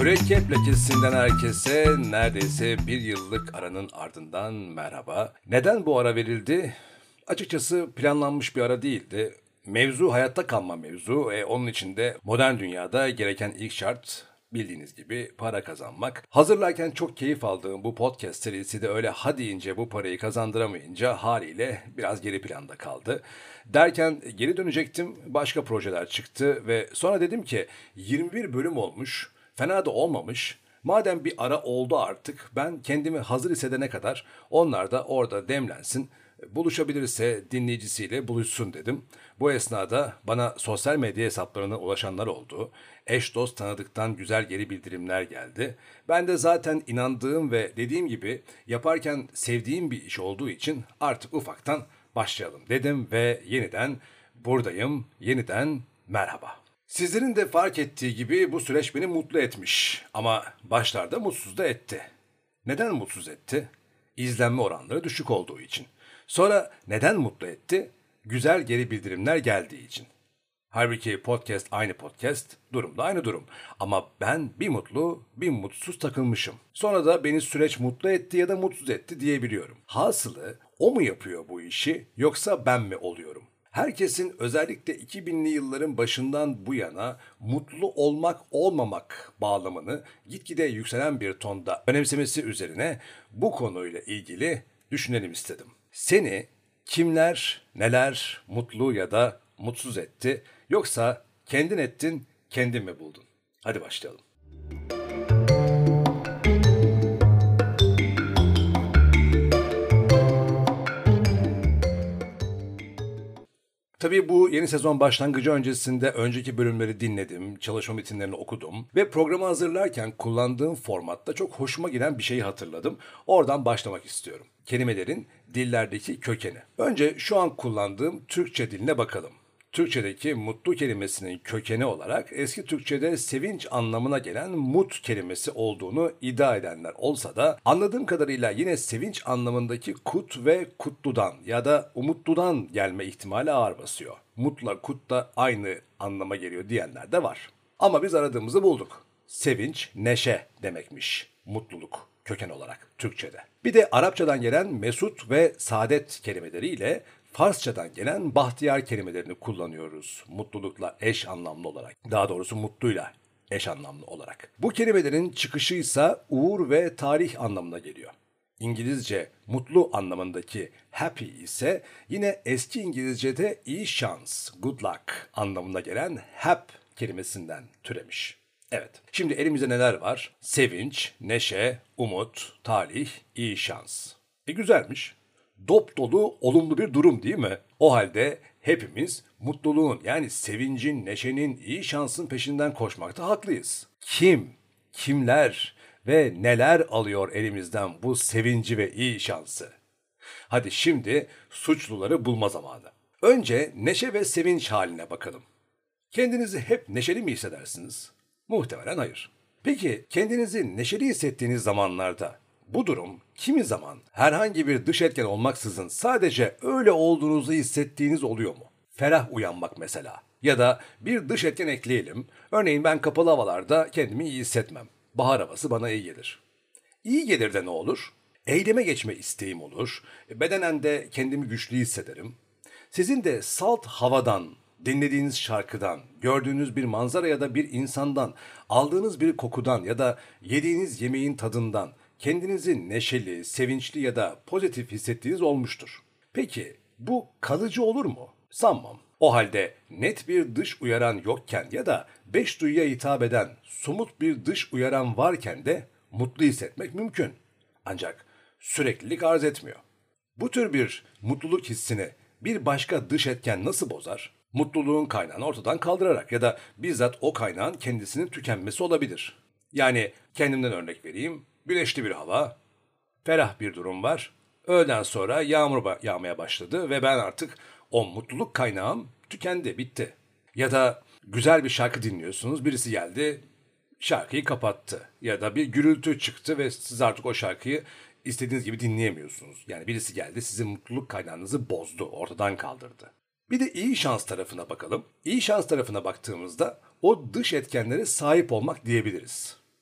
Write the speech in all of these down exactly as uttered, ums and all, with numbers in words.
Mürekkep lekesinden herkese neredeyse bir yıllık aranın ardından merhaba. Neden bu ara verildi? Açıkçası planlanmış bir ara değildi. Mevzu hayatta kalma mevzu. E, onun için de modern dünyada gereken ilk şart bildiğiniz gibi para kazanmak. Hazırlarken çok keyif aldığım bu podcast serisi de öyle ha deyince bu parayı kazandıramayınca haliyle biraz geri planda kaldı. Derken geri dönecektim, başka projeler çıktı ve sonra dedim ki yirmi bir bölüm olmuş, fena da olmamış. Madem bir ara oldu artık, ben kendimi hazır hissedene kadar onlar da orada demlensin, buluşabilirse dinleyicisiyle buluşsun dedim. Bu esnada bana sosyal medya hesaplarına ulaşanlar oldu. Eş dost tanıdıktan güzel geri bildirimler geldi. Ben de zaten inandığım ve dediğim gibi yaparken sevdiğim bir iş olduğu için artık ufaktan başlayalım dedim ve yeniden buradayım, yeniden merhaba. Sizlerin de fark ettiği gibi bu süreç beni mutlu etmiş ama başlarda mutsuz da etti. Neden mutsuz etti? İzlenme oranları düşük olduğu için. Sonra neden mutlu etti? Güzel geri bildirimler geldiği için. Halbuki podcast aynı podcast, durum da aynı durum. Ama ben bir mutlu, bir mutsuz takılmışım. Sonra da beni süreç mutlu etti ya da mutsuz etti diyebiliyorum. Hasılı o mu yapıyor bu işi yoksa ben mi oluyorum? Herkesin özellikle iki binli yılların başından bu yana mutlu olmak olmamak bağlamını gitgide yükselen bir tonda önemsemesi üzerine bu konuyla ilgili düşünelim istedim. Seni kimler, neler mutlu ya da mutsuz etti yoksa kendin ettin, kendin mi buldun? Hadi başlayalım. Tabii bu yeni sezon başlangıcı öncesinde önceki bölümleri dinledim, çalışma metinlerini okudum ve programı hazırlarken kullandığım formatta çok hoşuma giden bir şeyi hatırladım. Oradan başlamak istiyorum. Kelimelerin dillerdeki kökeni. Önce şu an kullandığım Türkçe diline bakalım. Türkçedeki mutlu kelimesinin kökeni olarak eski Türkçede sevinç anlamına gelen mut kelimesi olduğunu iddia edenler olsa da anladığım kadarıyla yine sevinç anlamındaki kut ve kutludan ya da umutludan gelme ihtimali ağır basıyor. Mutla kut da aynı anlama geliyor diyenler de var. Ama biz aradığımızı bulduk. Sevinç, neşe demekmiş mutluluk köken olarak Türkçede. Bir de Arapçadan gelen mesut ve saadet kelimeleriyle Farsçadan gelen bahtiyar kelimelerini kullanıyoruz mutlulukla eş anlamlı olarak. Daha doğrusu mutluyla eş anlamlı olarak. Bu kelimelerin çıkışı ise uğur ve tarih anlamına geliyor. İngilizce mutlu anlamındaki happy ise yine eski İngilizce'de iyi şans, good luck anlamına gelen hap kelimesinden türemiş. Evet, şimdi elimizde neler var? Sevinç, neşe, umut, talih, iyi şans. E güzelmiş. Dop dolu olumlu bir durum değil mi? O halde hepimiz mutluluğun yani sevincin, neşenin, iyi şansın peşinden koşmakta haklıyız. Kim, kimler ve neler alıyor elimizden bu sevinci ve iyi şansı? Hadi şimdi suçluları bulma zamanı. Önce neşe ve sevinç haline bakalım. Kendinizi hep neşeli mi hissedersiniz? Muhtemelen hayır. Peki kendinizi neşeli hissettiğiniz zamanlarda bu durum kimi zaman herhangi bir dış etken olmaksızın sadece öyle olduğunuzu hissettiğiniz oluyor mu? Ferah uyanmak mesela. Ya da bir dış etken ekleyelim. Örneğin ben kapalı havalarda kendimi iyi hissetmem. Bahar havası bana iyi gelir. İyi gelir de ne olur? Eyleme geçme isteğim olur. Bedenen de kendimi güçlü hissederim. Sizin de salt havadan, dinlediğiniz şarkıdan, gördüğünüz bir manzara ya da bir insandan, aldığınız bir kokudan ya da yediğiniz yemeğin tadından kendinizi neşeli, sevinçli ya da pozitif hissettiğiniz olmuştur. Peki bu kalıcı olur mu? Sanmam. O halde net bir dış uyaran yokken ya da beş duyuya hitap eden somut bir dış uyaran varken de mutlu hissetmek mümkün. Ancak süreklilik arz etmiyor. Bu tür bir mutluluk hissini bir başka dış etken nasıl bozar? Mutluluğun kaynağını ortadan kaldırarak ya da bizzat o kaynağın kendisinin tükenmesi olabilir. Yani kendimden örnek vereyim. Güneşli bir hava, ferah bir durum var. Öğleden sonra yağmur ba- yağmaya başladı ve ben artık o mutluluk kaynağım tükendi, bitti. Ya da güzel bir şarkı dinliyorsunuz, birisi geldi, şarkıyı kapattı. Ya da bir gürültü çıktı ve siz artık o şarkıyı istediğiniz gibi dinleyemiyorsunuz. Yani birisi geldi, sizin mutluluk kaynağınızı bozdu, ortadan kaldırdı. Bir de iyi şans tarafına bakalım. İyi şans tarafına baktığımızda o dış etkenlere sahip olmak diyebiliriz.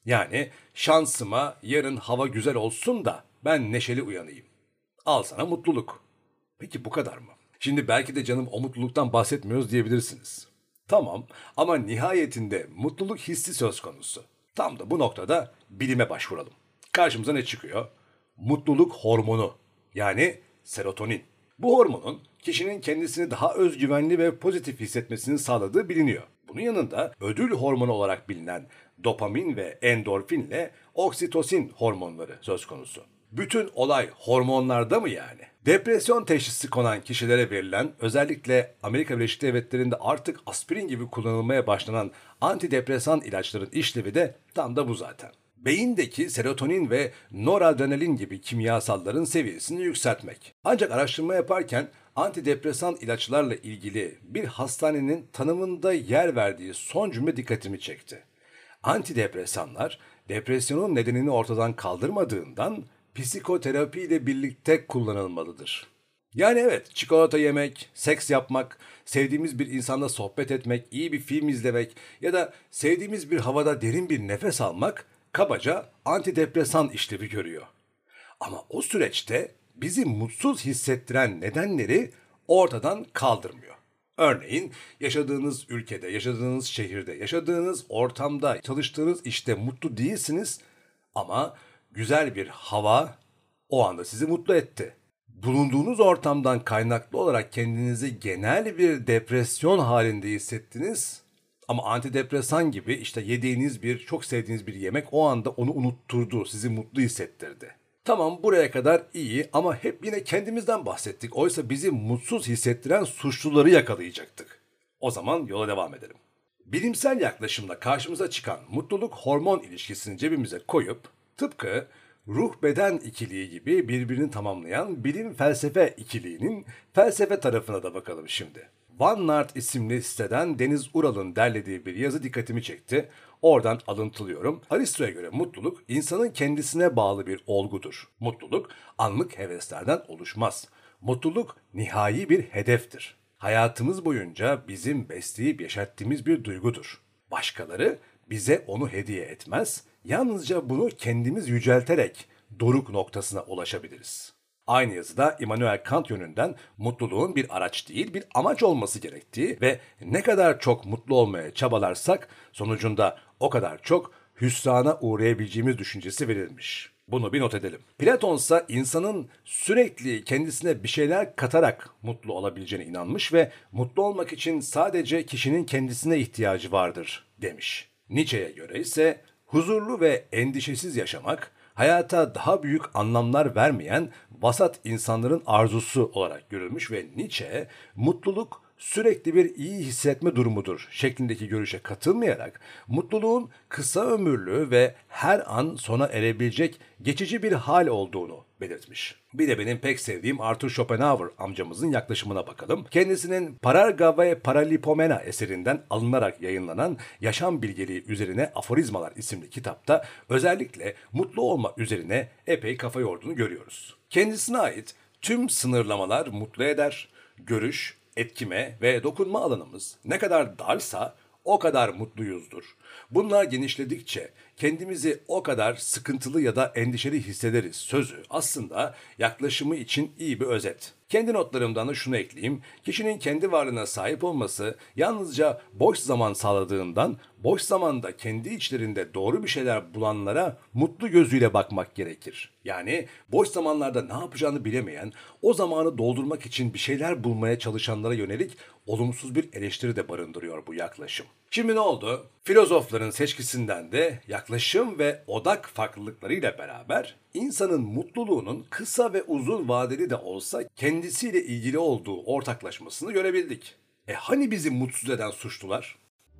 Yani şansıma yarın hava güzel olsun da ben neşeli uyanayım. Al sana mutluluk. Peki bu kadar mı? Şimdi belki de canım o mutluluktan bahsetmiyoruz diyebilirsiniz. Tamam ama nihayetinde mutluluk hissi söz konusu. Tam da bu noktada bilime başvuralım. Karşımıza ne çıkıyor? Mutluluk hormonu yani serotonin. Bu hormonun kişinin kendisini daha özgüvenli ve pozitif hissetmesini sağladığı biliniyor. Bunun yanında ödül hormonu olarak bilinen dopamin ve endorfinle oksitosin hormonları söz konusu. Bütün olay hormonlarda mı yani? Depresyon teşhisi konan kişilere verilen, özellikle Amerika Birleşik Devletleri'nde artık aspirin gibi kullanılmaya başlanan antidepresan ilaçların işlevi de tam da bu zaten. Beyindeki serotonin ve noradrenalin gibi kimyasalların seviyesini yükseltmek. Ancak araştırma yaparken antidepresan ilaçlarla ilgili bir hastanenin tanımında yer verdiği son cümle dikkatimi çekti. Antidepresanlar depresyonun nedenini ortadan kaldırmadığından psikoterapi ile birlikte kullanılmalıdır. Yani evet, çikolata yemek, seks yapmak, sevdiğimiz bir insanla sohbet etmek, iyi bir film izlemek ya da sevdiğimiz bir havada derin bir nefes almak kabaca antidepresan işlevi görüyor. Ama o süreçte bizi mutsuz hissettiren nedenleri ortadan kaldırmıyor. Örneğin yaşadığınız ülkede, yaşadığınız şehirde, yaşadığınız ortamda, çalıştığınız işte mutlu değilsiniz ama güzel bir hava o anda sizi mutlu etti. Bulunduğunuz ortamdan kaynaklı olarak kendinizi genel bir depresyon halinde hissettiniz ama antidepresan gibi işte yediğiniz bir, çok sevdiğiniz bir yemek o anda onu unutturdu, sizi mutlu hissettirdi. Tamam, buraya kadar iyi ama hep yine kendimizden bahsettik. Oysa bizi mutsuz hissettiren suçluları yakalayacaktık. O zaman yola devam edelim. Bilimsel yaklaşımla karşımıza çıkan mutluluk hormon ilişkisini cebimize koyup tıpkı ruh-beden ikiliği gibi birbirini tamamlayan bilim felsefe ikiliğinin felsefe tarafına da bakalım şimdi. OneNart isimli siteden Deniz Ural'ın derlediği bir yazı dikkatimi çekti. Oradan alıntılıyorum. Aristo'ya göre mutluluk insanın kendisine bağlı bir olgudur. Mutluluk anlık heveslerden oluşmaz. Mutluluk nihai bir hedeftir. Hayatımız boyunca bizim besleyip yaşattığımız bir duygudur. Başkaları bize onu hediye etmez, yalnızca bunu kendimiz yücelterek doruk noktasına ulaşabiliriz. Aynı yazıda Immanuel Kant yönünden mutluluğun bir araç değil bir amaç olması gerektiği ve ne kadar çok mutlu olmaya çabalarsak sonucunda o kadar çok hüsrana uğrayabileceğimiz düşüncesi verilmiş. Bunu bir not edelim. Platon ise insanın sürekli kendisine bir şeyler katarak mutlu olabileceğine inanmış ve mutlu olmak için sadece kişinin kendisine ihtiyacı vardır demiş. Nietzsche'ye göre ise huzurlu ve endişesiz yaşamak, hayata daha büyük anlamlar vermeyen vasat insanların arzusu olarak görülmüş ve Nietzsche, mutluluk sürekli bir iyi hissetme durumudur şeklindeki görüşe katılmayarak mutluluğun kısa ömürlü ve her an sona erebilecek geçici bir hal olduğunu belirtmiş. Bir de benim pek sevdiğim Arthur Schopenhauer amcamızın yaklaşımına bakalım. Kendisinin Pararga ve Paralipomena eserinden alınarak yayınlanan Yaşam Bilgeliği üzerine Aforizmalar isimli kitapta özellikle mutlu olma üzerine epey kafa yorduğunu görüyoruz. Kendisine ait tüm sınırlamalar mutlu eder, görüş, etkime ve dokunma alanımız ne kadar darsa o kadar mutluyuzdur. Bunlar genişledikçe kendimizi o kadar sıkıntılı ya da endişeli hissederiz sözü aslında yaklaşımı için iyi bir özet. Kendi notlarımdan da şunu ekleyeyim. Kişinin kendi varlığına sahip olması yalnızca boş zaman sağladığından boş zamanda kendi içlerinde doğru bir şeyler bulanlara mutlu gözüyle bakmak gerekir. Yani boş zamanlarda ne yapacağını bilemeyen, o zamanı doldurmak için bir şeyler bulmaya çalışanlara yönelik olumsuz bir eleştiri de barındırıyor bu yaklaşım. Şimdi ne oldu? Filozofların seçkisinden de yaklaşım ve odak farklılıklarıyla beraber insanın mutluluğunun kısa ve uzun vadeli de olsa kendisiyle ilgili olduğu ortaklaşmasını görebildik. E hani bizi mutsuz eden suçlular?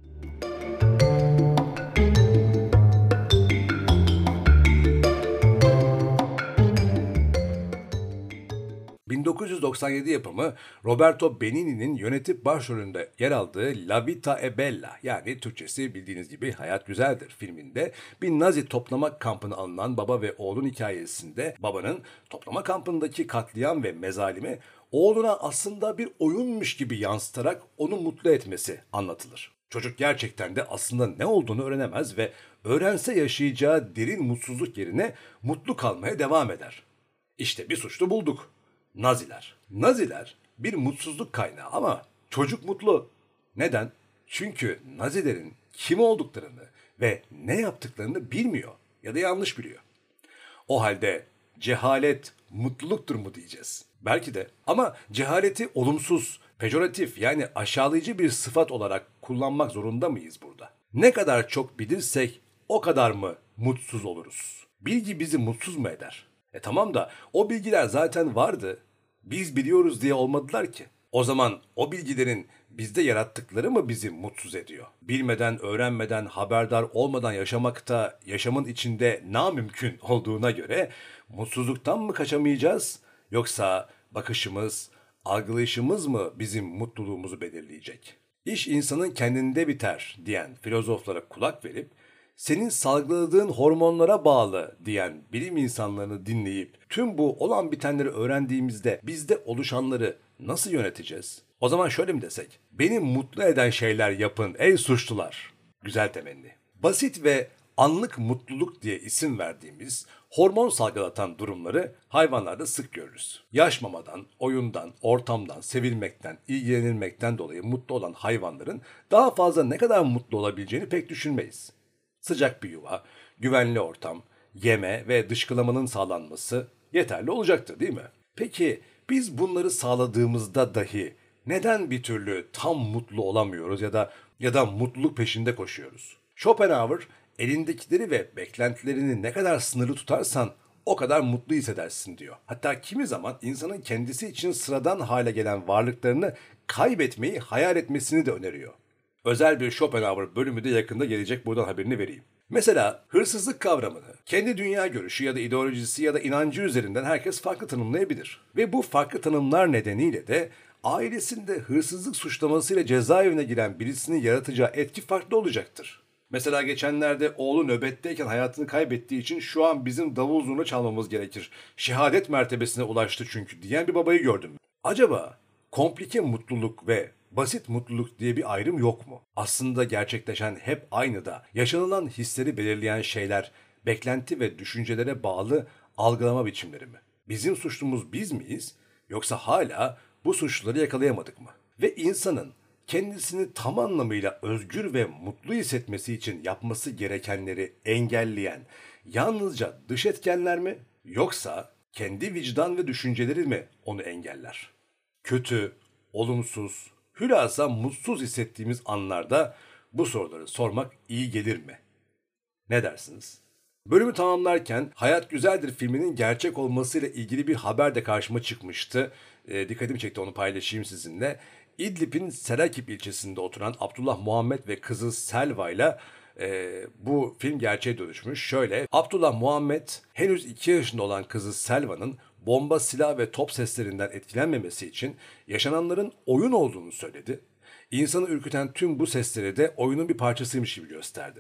bin dokuz yüz doksan yedi yapımı Roberto Benigni'nin yönetip başrolünde yer aldığı La Vita è Bella, yani Türkçesi bildiğiniz gibi Hayat Güzeldir filminde bir Nazi toplama kampına alınan baba ve oğlun hikayesinde babanın toplama kampındaki katliam ve mezalimi oğluna aslında bir oyunmuş gibi yansıtarak onu mutlu etmesi anlatılır. Çocuk gerçekten de aslında ne olduğunu öğrenemez ve öğrense yaşayacağı derin mutsuzluk yerine mutlu kalmaya devam eder. İşte bir suçlu bulduk. Naziler. Naziler bir mutsuzluk kaynağı ama çocuk mutlu. Neden? Çünkü Nazilerin kim olduklarını ve ne yaptıklarını bilmiyor ya da yanlış biliyor. O halde cehalet mutluluktur mu diyeceğiz? Belki de. Ama cehaleti olumsuz, pejoratif yani aşağılayıcı bir sıfat olarak kullanmak zorunda mıyız burada? Ne kadar çok bilirsek o kadar mı mutsuz oluruz? Bilgi bizi mutsuz mu eder? E tamam da o bilgiler zaten vardı. Biz biliyoruz diye olmadılar ki. O zaman o bilgilerin bizde yarattıkları mı bizi mutsuz ediyor? Bilmeden, öğrenmeden, haberdar olmadan yaşamakta yaşamın içinde namümkün olduğuna göre mutsuzluktan mı kaçamayacağız? Yoksa bakışımız, algılayışımız mı bizim mutluluğumuzu belirleyecek? İş insanın kendinde biter diyen filozoflara kulak verip senin salgıladığın hormonlara bağlı diyen bilim insanlarını dinleyip tüm bu olan bitenleri öğrendiğimizde bizde oluşanları nasıl yöneteceğiz? O zaman şöyle mi desek? Beni mutlu eden şeyler yapın ey suçlular. Güzel temenni. Basit ve anlık mutluluk diye isim verdiğimiz hormon salgılatan durumları hayvanlarda sık görürüz. Yaş mamadan, oyundan, ortamdan, sevilmekten, ilgilenilmekten dolayı mutlu olan hayvanların daha fazla ne kadar mutlu olabileceğini pek düşünmeyiz. Sıcak bir yuva, güvenli ortam, yeme ve dışkılamanın sağlanması yeterli olacaktır değil mi? Peki biz bunları sağladığımızda dahi neden bir türlü tam mutlu olamıyoruz ya da ya da mutluluk peşinde koşuyoruz? Schopenhauer elindekileri ve beklentilerini ne kadar sınırlı tutarsan o kadar mutlu hissedersin diyor. Hatta kimi zaman insanın kendisi için sıradan hale gelen varlıklarını kaybetmeyi hayal etmesini de öneriyor. Özel bir Schopenhauer bölümü de yakında gelecek, buradan haberini vereyim. Mesela hırsızlık kavramını kendi dünya görüşü ya da ideolojisi ya da inancı üzerinden herkes farklı tanımlayabilir. Ve bu farklı tanımlar nedeniyle de ailesinde hırsızlık suçlamasıyla cezaevine giren birisinin yaratacağı etki farklı olacaktır. Mesela geçenlerde oğlu nöbetteyken hayatını kaybettiği için şu an bizim davul zurna çalmamız gerekir. Şehadet mertebesine ulaştı çünkü diyen bir babayı gördüm. Acaba komplike mutluluk ve basit mutluluk diye bir ayrım yok mu? Aslında gerçekleşen hep aynı da yaşanılan hisleri belirleyen şeyler, beklenti ve düşüncelere bağlı algılama biçimleri mi? Bizim suçlumuz biz miyiz? Yoksa hala bu suçluları yakalayamadık mı? Ve insanın kendisini tam anlamıyla özgür ve mutlu hissetmesi için yapması gerekenleri engelleyen yalnızca dış etkenler mi? Yoksa kendi vicdan ve düşünceleri mi onu engeller? Kötü, olumsuz, hülasa mutsuz hissettiğimiz anlarda bu soruları sormak iyi gelir mi? Ne dersiniz? Bölümü tamamlarken Hayat Güzeldir filminin gerçek olmasıyla ilgili bir haber de karşıma çıkmıştı. E, dikkatimi çekti, onu paylaşayım sizinle. İdlib'in Serakip ilçesinde oturan Abdullah Muhammed ve kızı Selva ile e, bu film gerçeğe dönüşmüş. Şöyle, Abdullah Muhammed henüz iki yaşında olan kızı Selva'nın bomba, silah ve top seslerinden etkilenmemesi için yaşananların oyun olduğunu söyledi. İnsanı ürküten tüm bu sesleri de oyunun bir parçasıymış gibi gösterdi.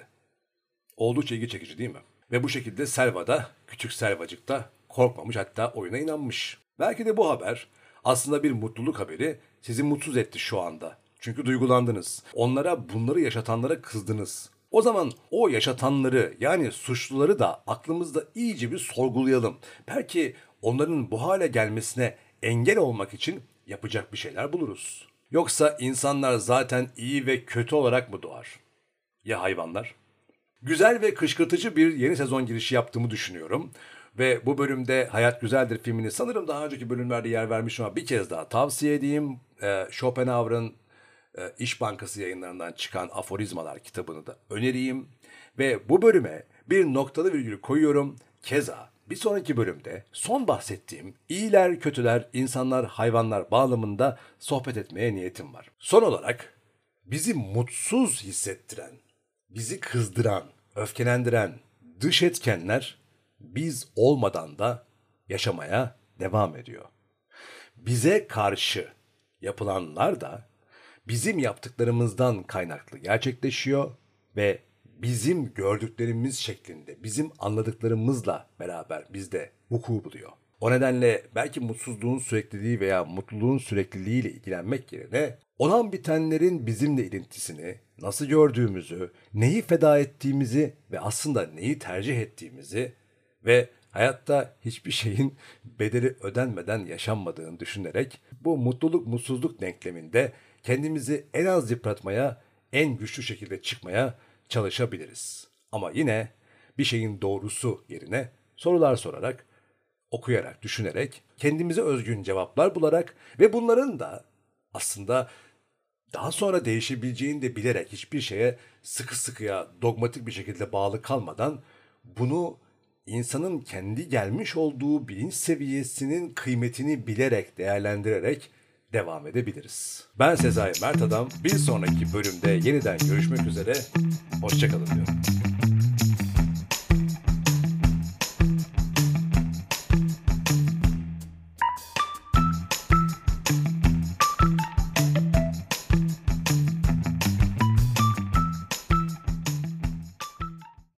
Oldukça ilgi çekici değil mi? Ve bu şekilde Selva da, küçük Selvacık da korkmamış, hatta oyuna inanmış. Belki de bu haber aslında bir mutluluk haberi, sizi mutsuz etti şu anda. Çünkü duygulandınız. Onlara, bunları yaşatanlara kızdınız. O zaman o yaşatanları, yani suçluları da aklımızda iyice bir sorgulayalım. Belki onların bu hale gelmesine engel olmak için yapacak bir şeyler buluruz. Yoksa insanlar zaten iyi ve kötü olarak mı doğar? Ya hayvanlar? Güzel ve kışkırtıcı bir yeni sezon girişi yaptığımı düşünüyorum. Ve bu bölümde Hayat Güzeldir filmini sanırım daha önceki bölümlerde yer vermişim ama bir kez daha tavsiye edeyim. Ee, Schopenhauer'ın e, İş Bankası yayınlarından çıkan Aforizmalar kitabını da önereyim. Ve bu bölüme bir noktalı virgül koyuyorum. Keza bir sonraki bölümde son bahsettiğim iyiler, kötüler, insanlar, hayvanlar bağlamında sohbet etmeye niyetim var. Son olarak bizi mutsuz hissettiren, bizi kızdıran, öfkelendiren dış etkenler biz olmadan da yaşamaya devam ediyor. Bize karşı yapılanlar da bizim yaptıklarımızdan kaynaklı gerçekleşiyor ve bizim gördüklerimiz şeklinde, bizim anladıklarımızla beraber bizde vuku buluyor. O nedenle belki mutsuzluğun sürekliliği veya mutluluğun sürekliliğiyle ilgilenmek yerine olan bitenlerin bizimle ilintisini, nasıl gördüğümüzü, neyi feda ettiğimizi ve aslında neyi tercih ettiğimizi ve hayatta hiçbir şeyin bedeli ödenmeden yaşanmadığını düşünerek bu mutluluk mutsuzluk denkleminde kendimizi en az yıpratmaya, en güçlü şekilde çıkmaya çalışabiliriz. Ama yine bir şeyin doğrusu yerine sorular sorarak, okuyarak, düşünerek, kendimize özgün cevaplar bularak ve bunların da aslında daha sonra değişebileceğini de bilerek hiçbir şeye sıkı sıkıya dogmatik bir şekilde bağlı kalmadan bunu insanın kendi gelmiş olduğu bilinç seviyesinin kıymetini bilerek, değerlendirerek devam edebiliriz. Ben Sezai Mert Adam. Bir sonraki bölümde yeniden görüşmek üzere. Hoşça kalın diyorum.